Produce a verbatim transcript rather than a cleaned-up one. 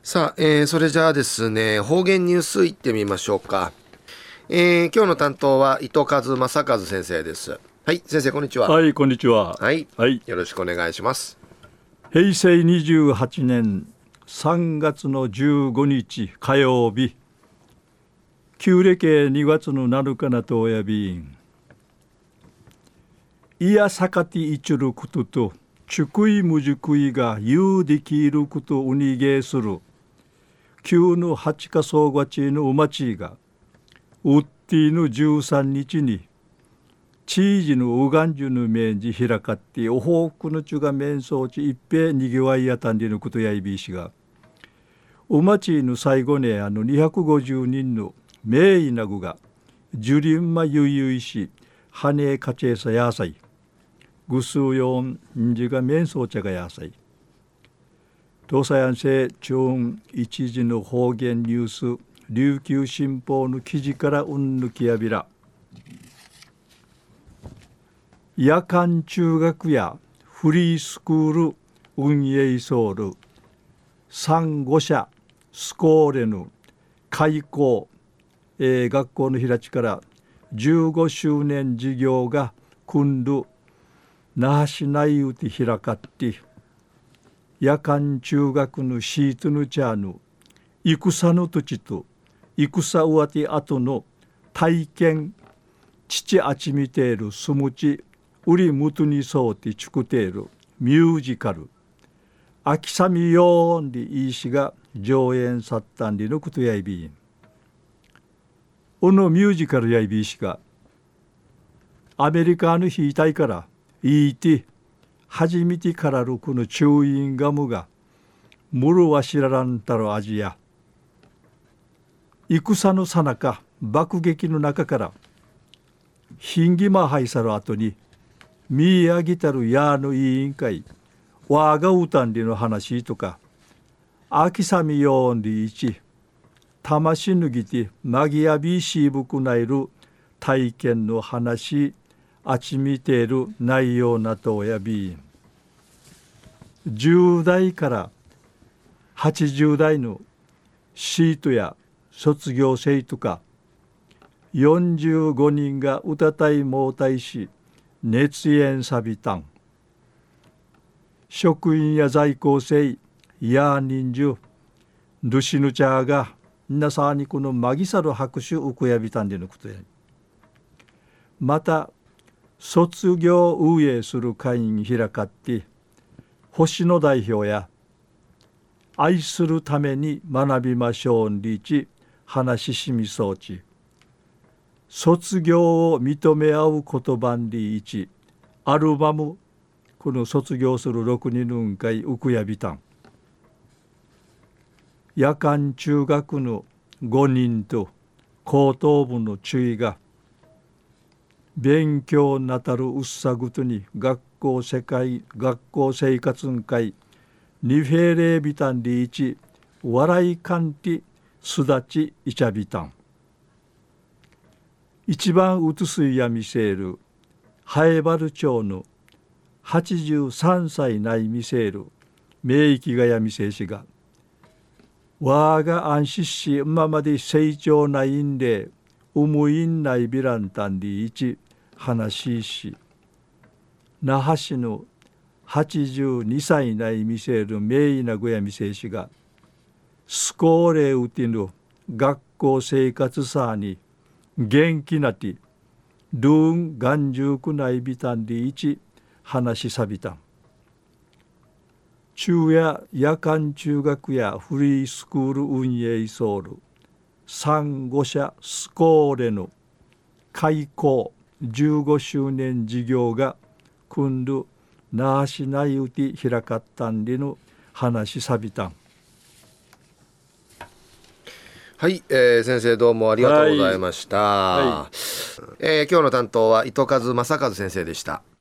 さあ、えーそれじゃあですね、方言ニュースいってみましょうか。えー今日の担当は糸数正和先生です。はい、先生こんにちは。 はい、こんにちは。 はい、 はい、 よろしくお願いします。 平成にじゅうはちねんさんがつのじゅうごにち火曜日、旧暦にがつのなのかなとおやびん。いやさかていちることと、ちゅくいむじくいが言うできることをにげする。旧の八かそうがちのおまちが、うってぃのじゅうさんにちに、チージのうがんじゅの面じ開かっておほうくのちゅが面相ち一平にぎわいやたんりのことやいびいしがおまちの最後ねあのにひゃくごじゅうにんの名医なぐがじゅりんまゆいゆいしはねかちえさやさいぐすうよんんじが面相ちゃがやさい東西安政中一時の方言ニュース琉球新報の記事からうんぬきやびら夜間中学やフリースクール運営ソール産後者スコーレヌ開校、えー、学校の開ちからじゅうごしゅうねん事業が今度那覇市内うて開かって夜間中学のシートのチャーの戦の土地と戦うわて後の体験父あちみているすむちうりむとにそうてちくているミュージカル秋さみよーんりいいしが上演さったんりのことやいびんおのミュージカルやいびいしがアメリカの引いたいからいいて初めてからるこのチューインガムがむるわしららんたる味や戦のさなか爆撃の中からヒンギマハイサる後に見上げたるやの委員会わがうたんりの話とか秋さみよんりいち魂ぬぎてまぎやびしぶくないる体験の話あちみている内容なとやびじゅう代からはちじゅう代のシートや卒業生とかよんじゅうごにんが歌たいもうたいし熱演さびたん職員や在校生や人数ルシヌチャーがなさにこのマギサル拍手うくやびたんでのことやまた卒業運営する会に開かって星野代表や愛するために学びましょうにち話ししみそうち卒業を認め合う言葉にいちアルバムこの卒業するろくにんかいうくやびたん夜間中学のごにんと高等部の注意が勉強なたるうっさぐとに学校世界学校生活ん会にフェレービタンリーチ笑いかんてすだちいちゃびたん一番うつすいやみせるハエバル町のはちじゅうさんさいないみせる名域がやみせしがわが安心しままで成長ないんでうむいんないびらんたんりいち話しし那覇市のはちじゅうにさいないみせる名医なごやみせしがスコーレウティの学校生活さに元気なてルーン眼中くないびたんりいち話しさびたん中や夜間中学やフリースクール運営ソール産後者スコーレの開校じゅうごしゅうねん事業が今度那覇市内うて開かったんりの話さびたんはい、えー先生どうもありがとうございました。 はいはいえー今日の担当は糸数正和先生でした。